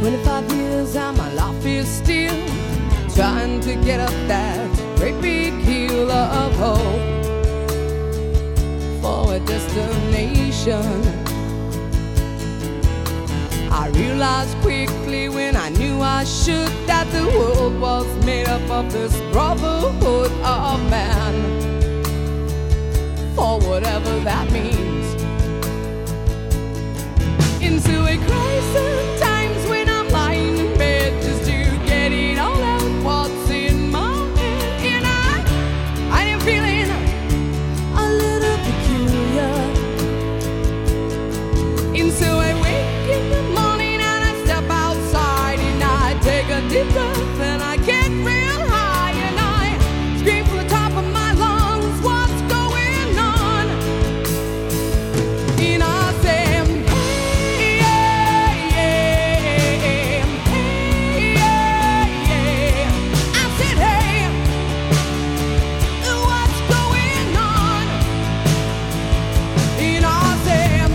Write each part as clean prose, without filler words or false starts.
25 years and my life is still trying to get up that great big hill of hope for a destination. I realized quickly when I knew I should that the world was made up of this brotherhood of man, for whatever that means. Into a crisis times when I'm lying in bed just to get it all out what's in my head, and I am feeling a little peculiar. Into a wake in the morning and I step outside and I take a deep breath and I get real high and I scream from the top of my lungs, what's going on? And I say, hey, hey, hey, hey. I said, hey, what's going on? And I said,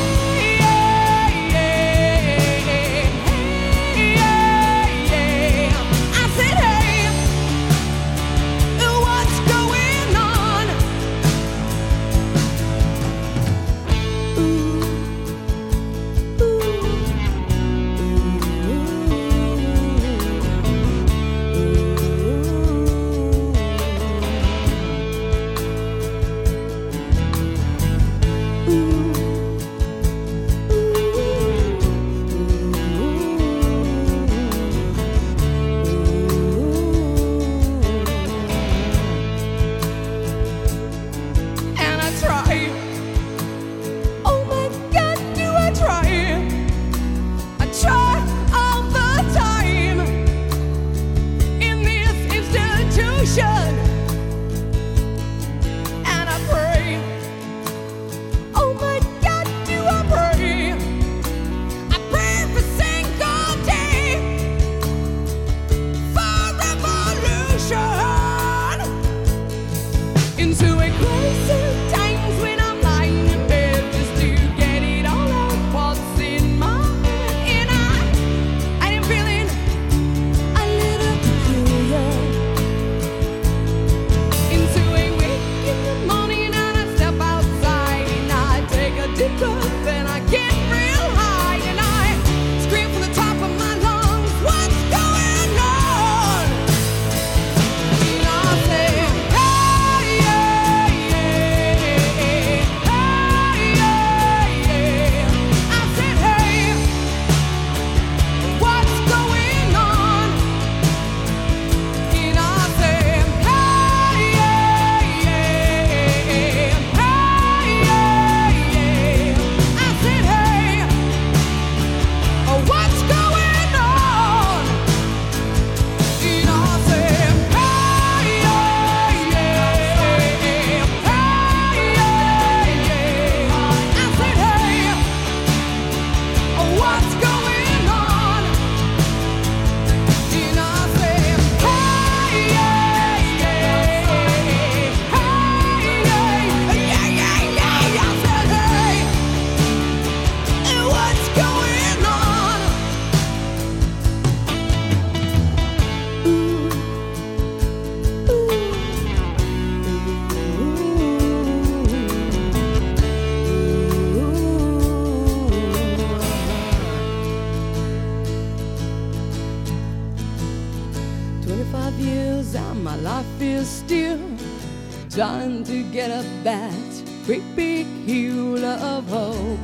trying to get up that great big hill of hope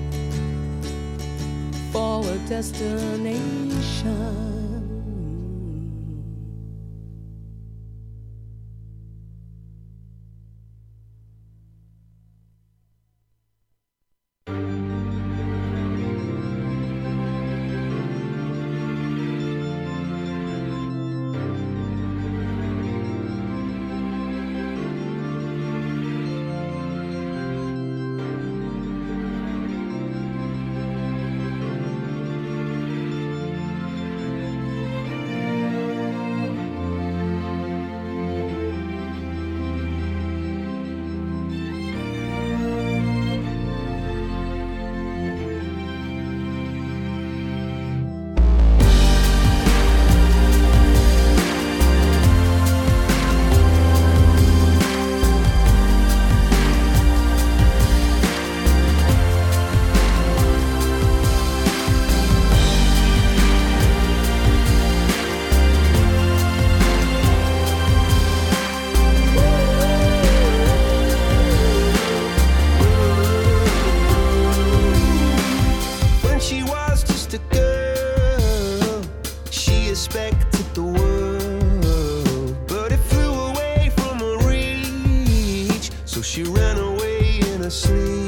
for a destination. just a girl. She expected the world, but it flew away from her reach. So she ran away in her sleep.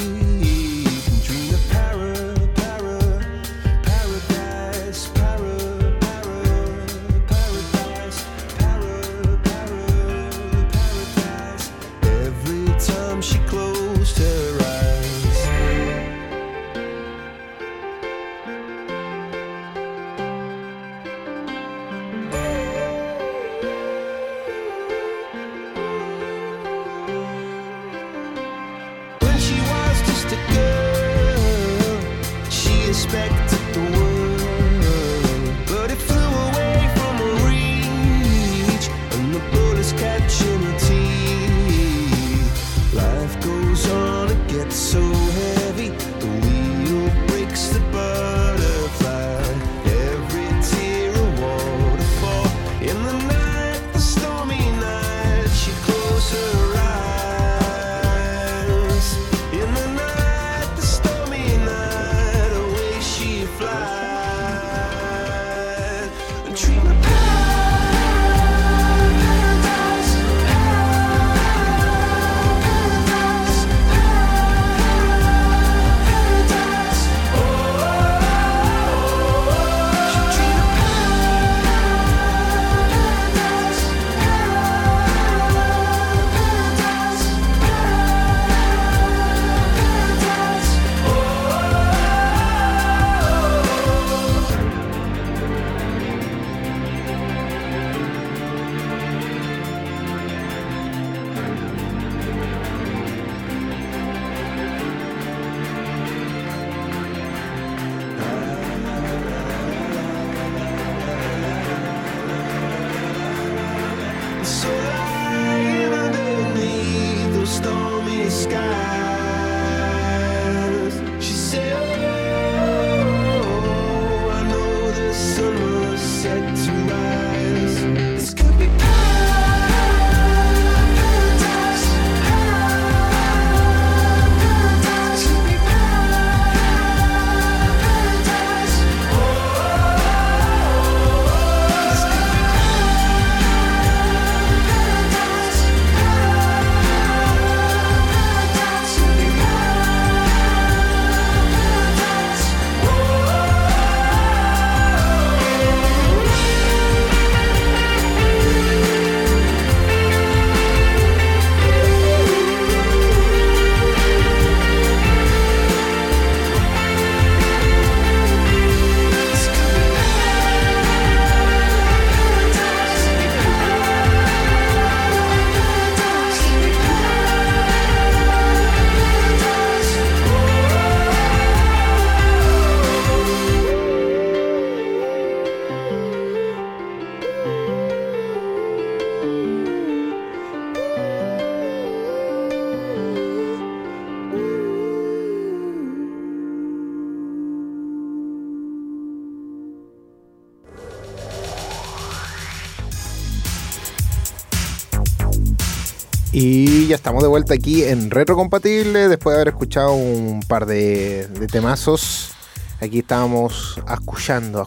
Y ya estamos de vuelta aquí en Retrocompatible después de haber escuchado un par de temazos. Aquí estábamos escuchando.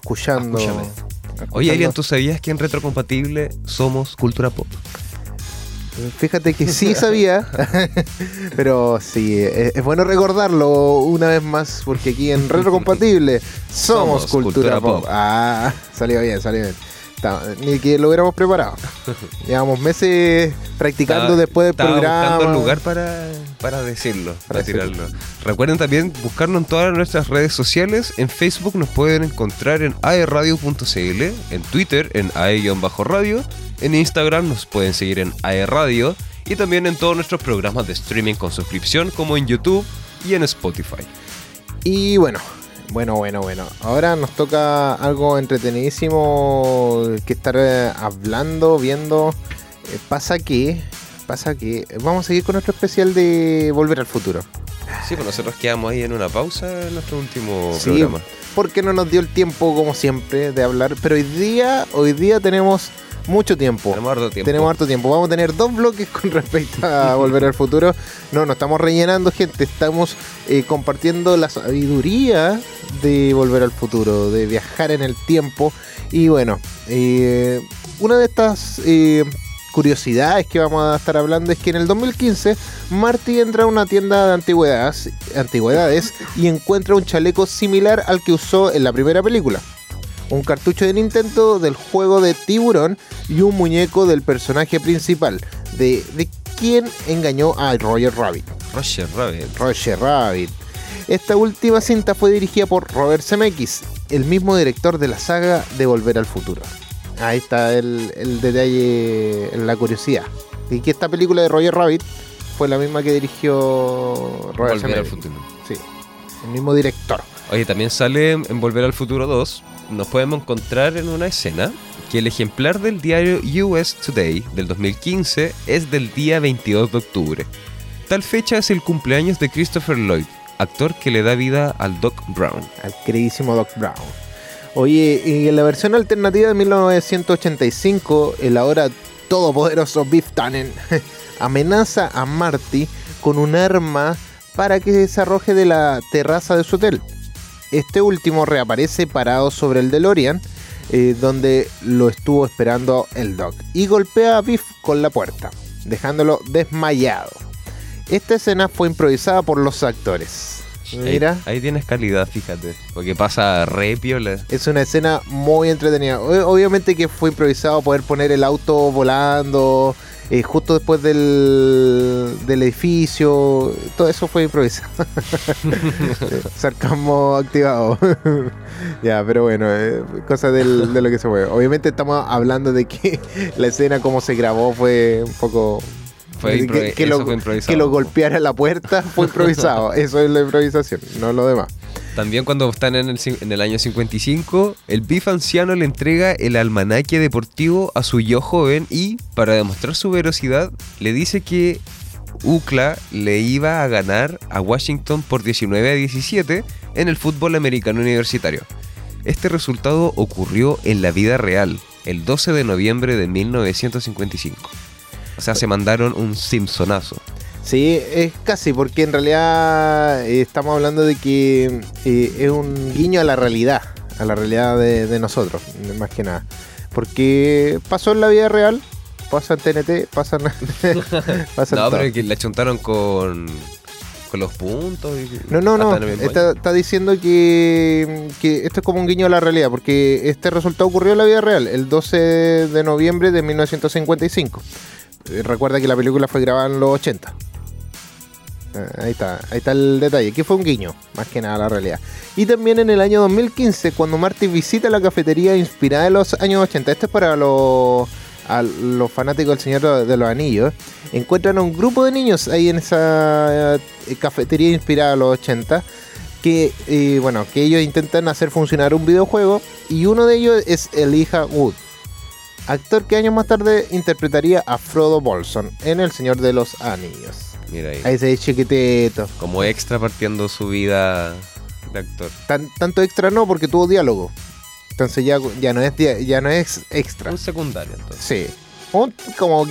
Oye, Elian, ¿tú sabías que en Retrocompatible somos cultura pop? Fíjate que sí sabía, pero sí, es bueno recordarlo una vez más, porque aquí en Retrocompatible somos cultura pop. Ah, salió bien. Ni que lo hubiéramos preparado. Llevamos meses practicando después del programa. Buscando un lugar para decirlo, para tirarlo. Recuerden también buscarnos en todas nuestras redes sociales. En Facebook nos pueden encontrar en aerradio.cl, en Twitter en ae-radio, en Instagram nos pueden seguir en aerradio y también en todos nuestros programas de streaming con suscripción como en YouTube y en Spotify. Y bueno. Ahora nos toca algo entretenidísimo que estar hablando, viendo. Pasa que vamos a seguir con nuestro especial de Volver al Futuro. Sí, pues nosotros quedamos ahí en una pausa en nuestro último programa. Porque no nos dio el tiempo, como siempre, de hablar. Pero hoy día tenemos mucho tiempo. Tenemos harto tiempo. Vamos a tener 2 bloques con respecto a Volver al Futuro. No estamos rellenando, gente. Estamos compartiendo la sabiduría de Volver al Futuro, de viajar en el tiempo. Y bueno, una de estas curiosidades que vamos a estar hablando es que en el 2015 Marty entra a una tienda de antigüedades y encuentra un chaleco similar al que usó en la primera película, un cartucho de Nintendo del juego de Tiburón y un muñeco del personaje principal de quien engañó a Roger Rabbit. Esta última cinta fue dirigida por Robert Zemeckis, el mismo director de la saga de Volver al Futuro. Ahí está el detalle, la curiosidad. Y que esta película de Roger Rabbit fue la misma que dirigió Robert Volver al Zemeckis. Futuro. Sí, el mismo director. Oye, también sale en Volver al Futuro 2. Nos podemos encontrar en una escena que el ejemplar del diario US Today del 2015 es del día 22 de octubre. Tal fecha es el cumpleaños de Christopher Lloyd, actor que le da vida al Doc Brown. Al queridísimo Doc Brown. Oye, y en la versión alternativa de 1985, el ahora todopoderoso Biff Tannen amenaza a Marty con un arma para que se arroje de la terraza de su hotel. Este último reaparece parado sobre el DeLorean, donde lo estuvo esperando el Doc, y golpea a Biff con la puerta, dejándolo desmayado. Esta escena fue improvisada por los actores. Mira, ahí tienes calidad, fíjate, porque pasa re piola. Es una escena muy entretenida. Obviamente que fue improvisado poder poner el auto volando justo después del edificio. Todo eso fue improvisado. Sarcasmo activado. Ya, pero bueno, cosas de lo que se mueve. Obviamente estamos hablando de que la escena como se grabó fue un poco... fue improvisado. Que lo golpeara la puerta fue improvisado. Eso es la improvisación, no lo demás. También cuando están en el año 55, el Biff anciano le entrega el almanaque deportivo a su yo joven y, para demostrar su veracidad, le dice que UCLA le iba a ganar a Washington por 19-17 en el fútbol americano universitario. Este resultado ocurrió en la vida real, el 12 de noviembre de 1955. O sea, se mandaron un Simpsonazo. Sí, es casi, porque en realidad estamos hablando de que es un guiño a la realidad de nosotros, más que nada. Porque pasó en la vida real, pasa en TNT, pasa en no, pero es que la chuntaron con los puntos. No. Está diciendo que esto es como un guiño a la realidad, porque este resultado ocurrió en la vida real, el 12 de noviembre de 1955. Recuerda que la película fue grabada en los 80. Ahí está el detalle, que fue un guiño, más que nada a la realidad. Y también en el año 2015, cuando Marty visita la cafetería inspirada en los años 80, esto es para a los fanáticos del Señor de los Anillos, encuentran a un grupo de niños ahí en esa cafetería inspirada en los 80, que ellos intentan hacer funcionar un videojuego, y uno de ellos es Elijah Wood, actor que años más tarde interpretaría a Frodo Bolson en El Señor de los Anillos. Mira ahí. Ahí se ve chiquitito. Como extra partiendo su vida de actor. Tanto extra no, porque tuvo diálogo. Entonces ya no es extra. Un secundario, entonces. Sí. Como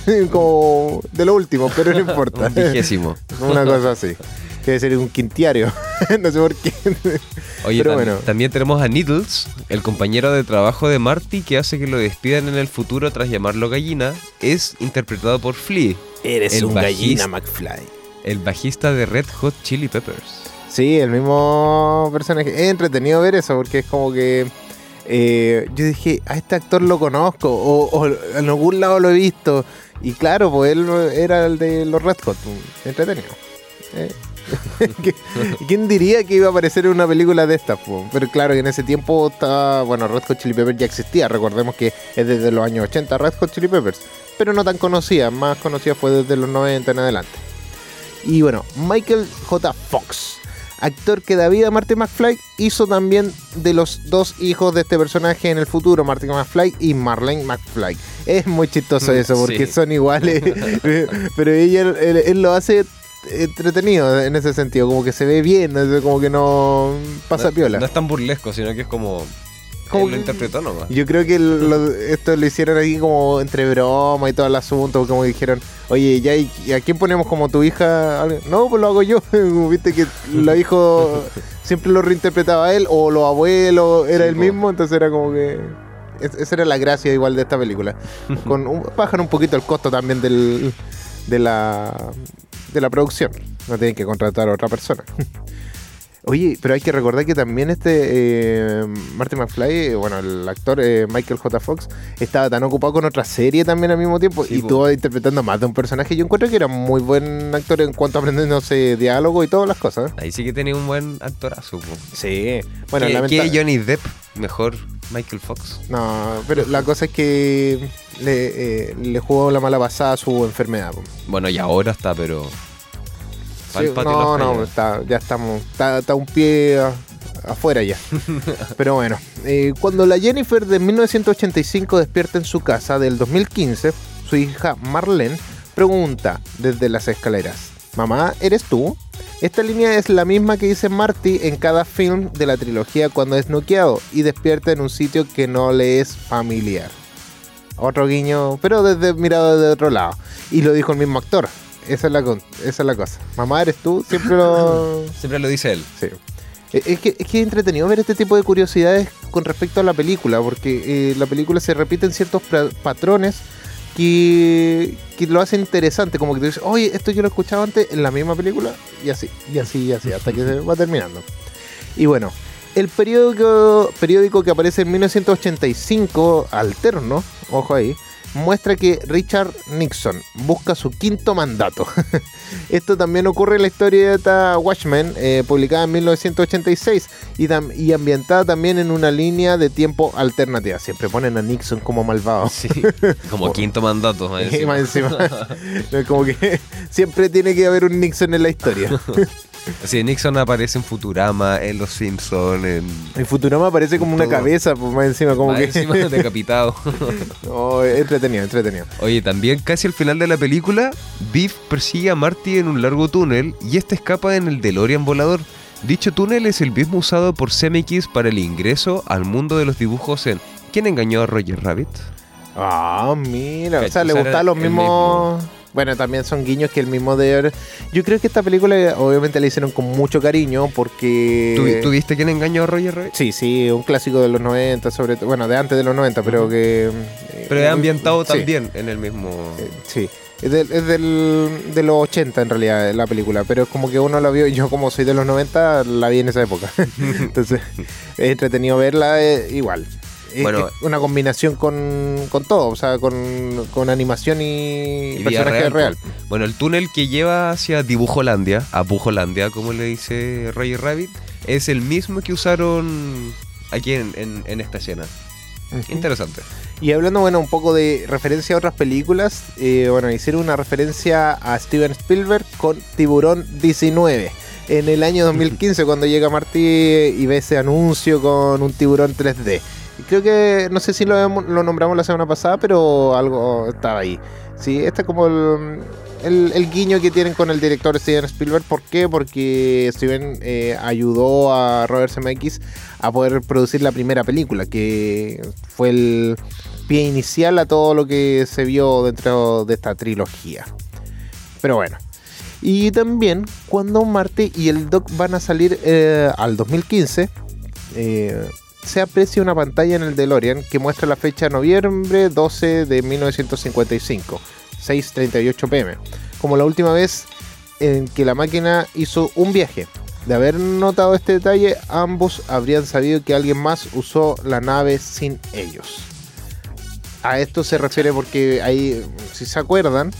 de lo último, pero no importa. Un 20º. Una cosa así. Debe ser un quintiario. No sé por qué. Oye, pero bueno. También tenemos a Needles, el compañero de trabajo de Marty que hace que lo despidan en el futuro tras llamarlo gallina. Es interpretado por Flea. Eres un gallina, McFly. El bajista de Red Hot Chili Peppers. Sí, el mismo personaje. Es entretenido ver eso, porque es como que yo dije, a este actor lo conozco, o en algún lado lo he visto. Y claro, pues él era el de los Red Hot. Entretenido. ¿Quién diría que iba a aparecer en una película de estas? Pero claro, que en ese tiempo estaba, Red Hot Chili Peppers ya existía. Recordemos que es desde los años 80 Red Hot Chili Peppers, pero no tan conocida. Más conocida fue desde los 90 en adelante. Y Michael J. Fox, actor que da vida a Marty McFly, hizo también de los dos hijos de este personaje en el futuro, Marty McFly y Marlene McFly. Es muy chistoso eso, porque sí, son iguales. Pero él lo hace entretenido en ese sentido, como que se ve bien, como que no pasa piola. No es tan burlesco, sino que es como Como Él lo que- interpretó nomás. Yo creo que esto lo hicieron aquí como entre broma y todo el asunto, como dijeron, oye, ya, ¿y a quién ponemos como tu hija? No, pues lo hago yo. Viste que los hijos siempre lo reinterpretaba él, o los abuelos, era Sí, el po. mismo, entonces era como que... Esa era la gracia igual de esta película. Bajan un poquito el costo también de la producción. No tienen que contratar a otra persona. Oye, pero hay que recordar que también Marty McFly, bueno, el actor Michael J. Fox, estaba tan ocupado con otra serie también al mismo tiempo Sí, y po. estuvo interpretando más de un personaje. Yo encuentro que era muy buen actor en cuanto a aprender, no sé, diálogo y todas las cosas. Ahí sí que tenía un buen actorazo. Po. Sí. Bueno, ¿Qué Johnny Depp? Mejor Michael Fox. No, pero la cosa es que le jugó la mala pasada a su enfermedad. Po. Bueno, y ahora está, pero... Sí, pa'l patio las no, calles. ya estamos, está un pie afuera ya. Pero bueno, cuando la Jennifer de 1985 despierta en su casa del 2015, su hija Marlene pregunta desde las escaleras, mamá, ¿eres tú? Esta línea es la misma que dice Marty en cada film de la trilogía cuando es noqueado y despierta en un sitio que no le es familiar. Otro guiño, pero mirado desde otro lado. Y lo dijo el mismo actor. Esa es la cosa. Mamá, ¿eres tú? Siempre lo... Siempre lo dice él. Sí. Es que es entretenido ver este tipo de curiosidades con respecto a la película, porque la película se repiten ciertos patrones que lo hacen interesante, como que tú dices, oye, esto yo lo escuchaba antes en la misma película, y así, hasta que se va terminando. Y bueno, el periódico que aparece en 1985, alterno, ojo ahí, muestra que Richard Nixon busca su quinto mandato. Esto también ocurre en la historieta Watchmen, publicada en 1986 y ambientada también en una línea de tiempo alternativa. Siempre ponen a Nixon como malvado. Sí. Como quinto mandato. Más Y encima. más encima, es como que siempre tiene que haber un Nixon en la historia. Sí, Nixon aparece en Futurama, en Los Simpsons, En Futurama aparece como una Todo. cabeza, pues más encima, como más que... encima decapitado. Oh, entretenido. Oye, también casi al final de la película, Biff persigue a Marty en un largo túnel y este escapa en el DeLorean volador. Dicho túnel es el mismo usado por Zemeckis para el ingreso al mundo de los dibujos en ¿Quién engañó a Roger Rabbit? Ah, mira, o sea, O le sea, gustan los el mismos... Bueno, también son guiños que el mismo de... Yo creo que esta película obviamente la hicieron con mucho cariño porque... ¿Tú viste ¿Quién engañó a Roger Rabbit? Sí, un clásico de los 90, sobre todo... Bueno, de antes de los 90, pero que... Pero es ambientado sí, también en el mismo... Sí, es de los 80 en realidad la película, pero es como que uno la vio, y yo como soy de los 90, la vi en esa época. Entonces, es entretenido verla igual. Bueno, Es una combinación con todo, o sea, con animación y vida personaje real. po. Bueno, el túnel que lleva hacia Dibujolandia, a Bujolandia, como le dice Roger Rabbit, es el mismo que usaron aquí en esta escena. Ujú. Interesante. Y hablando, bueno, un poco de referencia a otras películas, bueno, hicieron una referencia a Steven Spielberg con Tiburón 19. En el año 2015, cuando llega Marty y ve ese anuncio con un tiburón 3D. Y creo que, no sé si lo nombramos la semana pasada, pero algo estaba ahí. Sí, este es como el guiño que tienen con el director Steven Spielberg. ¿Por qué? Porque Steven ayudó a Robert Zemeckis a poder producir la primera película, que fue el pie inicial a todo lo que se vio dentro de esta trilogía. Pero bueno. Y también cuando Marty y el Doc van a salir al 2015, se aprecia una pantalla en el DeLorean que muestra la fecha noviembre 12 de 1955, 6:38 pm, como la última vez en que la máquina hizo un viaje. De haber notado este detalle, ambos habrían sabido que alguien más usó la nave sin ellos. A esto se refiere porque ahí, si se acuerdan,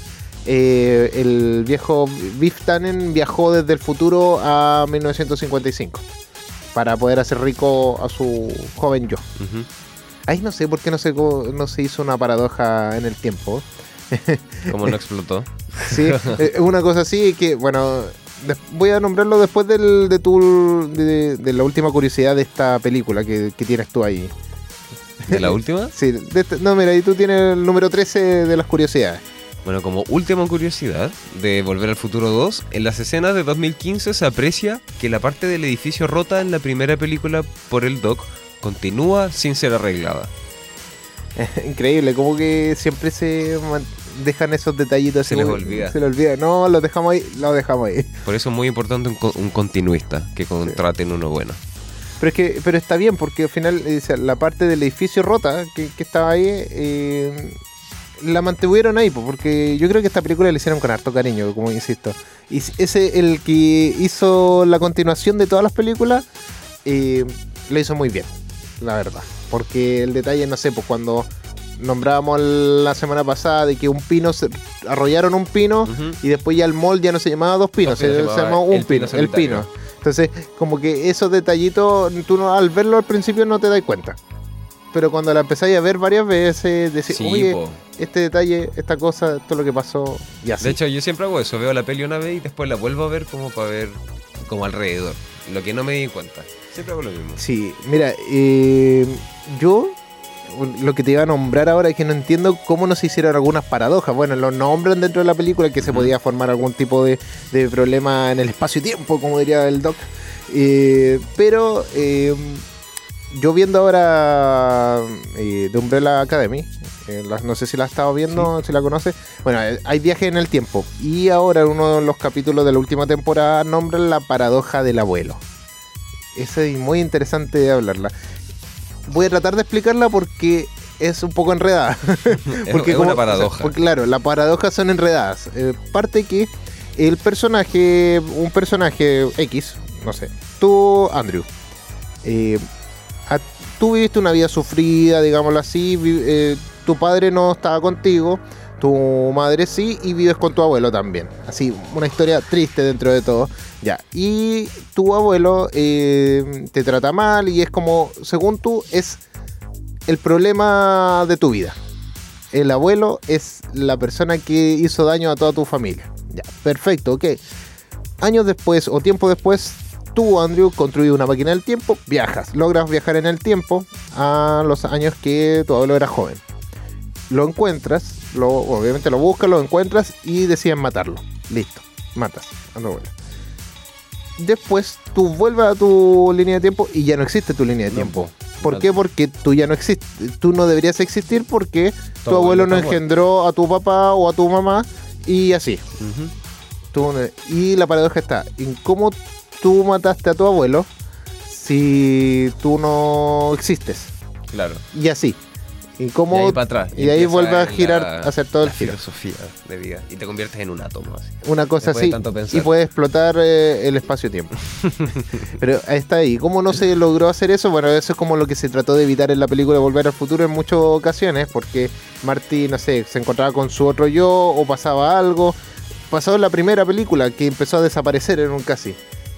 el viejo Biff Tannen viajó desde el futuro a 1955 para poder hacer rico a su joven yo. Ujú. Ahí no sé por qué no se hizo una paradoja en el tiempo. ¿Cómo no explotó? Sí, una cosa así que, bueno, voy a nombrarlo después de la última curiosidad de esta película que tienes tú ahí. ¿De la última? Sí, no, mira, ahí tú tienes el número 13 de las curiosidades. Bueno, como última curiosidad de Volver al Futuro 2, en las escenas de 2015 se aprecia que la parte del edificio rota en la primera película por el Doc continúa sin ser arreglada. Increíble, como que siempre dejan esos detallitos. Se les olvida. Se les olvida. No, los dejamos ahí. Por eso es muy importante un continuista, que contraten uno bueno. Pero está bien, porque al final la parte del edificio rota que estaba ahí, la mantuvieron ahí, porque yo creo que esta película la hicieron con harto cariño, como insisto. Y el que hizo la continuación de todas las películas, lo hizo muy bien, la verdad. Porque el detalle, no sé, pues cuando nombrábamos la semana pasada de que un pino, arrollaron un pino, y después ya el mall ya no se llamaba Dos Pinos, se llamaba un pino, el pino. Entonces, como que esos detallitos, tú al verlo al principio no te das cuenta. Pero cuando la empezáis a ver varias veces, decís, sí, oye, este detalle, esta cosa, esto es lo que pasó, y así. De hecho, yo siempre hago eso, veo la peli una vez y después la vuelvo a ver como para ver como alrededor, lo que no me di cuenta. Siempre hago lo mismo. Sí, mira, yo lo que te iba a nombrar ahora es que no entiendo cómo no se hicieron algunas paradojas. Bueno, lo nombran dentro de la película que se podía formar algún tipo de problema en el espacio-tiempo, como diría el Doc. Pero yo viendo ahora The Umbrella Academy, no sé si la has estado viendo, si la conoces. Bueno, hay viajes en el tiempo. Y ahora en uno de los capítulos de la última temporada nombran la paradoja del abuelo. Esa es muy interesante de hablarla. Voy a tratar de explicarla porque es un poco enredada. Porque es una paradoja. Porque, claro, las paradojas son enredadas. Parte que un personaje X, no sé, tú, Andrew, tú viviste una vida sufrida, digámoslo así, tu padre no estaba contigo, tu madre sí, y vives con tu abuelo también. Así, una historia triste dentro de todo. Ya, y tu abuelo te trata mal y es como, según tú, es el problema de tu vida. El abuelo es la persona que hizo daño a toda tu familia. Ya, perfecto, ok. Años después o tiempo después, tú, Andrew, construyes una máquina del tiempo, viajas, logras viajar en el tiempo a los años que tu abuelo era joven. Lo encuentras, obviamente lo buscas, lo encuentras y deciden matarlo. Listo, matas a tu abuelo. Después tú vuelves a tu línea de tiempo y ya no existe tu línea de tiempo. ¿Por qué? Porque tú ya no existes. Tú no deberías existir porque tu abuelo no engendró a tu papá o a tu mamá y así. Y la paradoja está en cómo tú mataste a tu abuelo si tú no existes. Claro. Y así. Y cómo, y ahí para atrás. Y ahí vuelve a girar, a hacer todo el giro. Filosofía de vida. Y te conviertes en un átomo. Así. Una cosa así. Y puede explotar el espacio-tiempo. Pero está ahí. ¿Cómo no se logró hacer eso? Bueno, eso es como lo que se trató de evitar en la película Volver al Futuro en muchas ocasiones. Porque Marty, no sé, se encontraba con su otro yo o pasaba algo. Pasó en la primera película que empezó a desaparecer en un casi.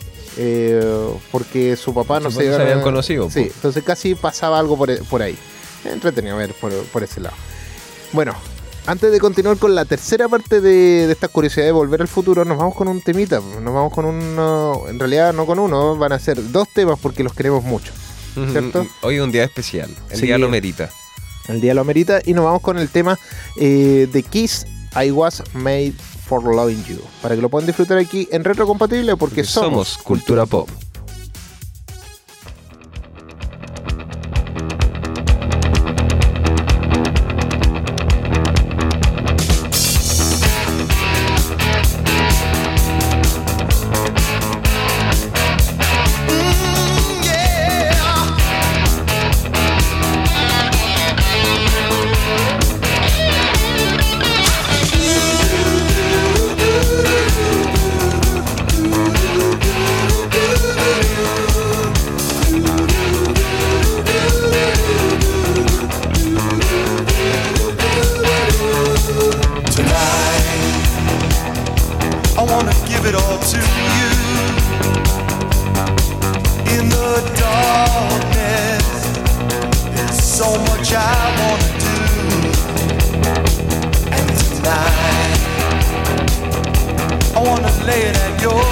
Porque su papá no se habían conocido. Sí, entonces casi pasaba algo por ahí. Entretenido a ver por ese lado. Bueno, antes de continuar con la tercera parte de esta curiosidad de Volver al Futuro, nos vamos con un temita. Nos vamos con uno, en realidad no con uno, van a ser dos temas porque los queremos mucho, ¿cierto? Hoy es un día especial, el día lo merita. El día lo merita y nos vamos con el tema de Kiss, I Was Made for Loving You, para que lo puedan disfrutar aquí en Retrocompatible porque somos Cultura Pop. lay it at your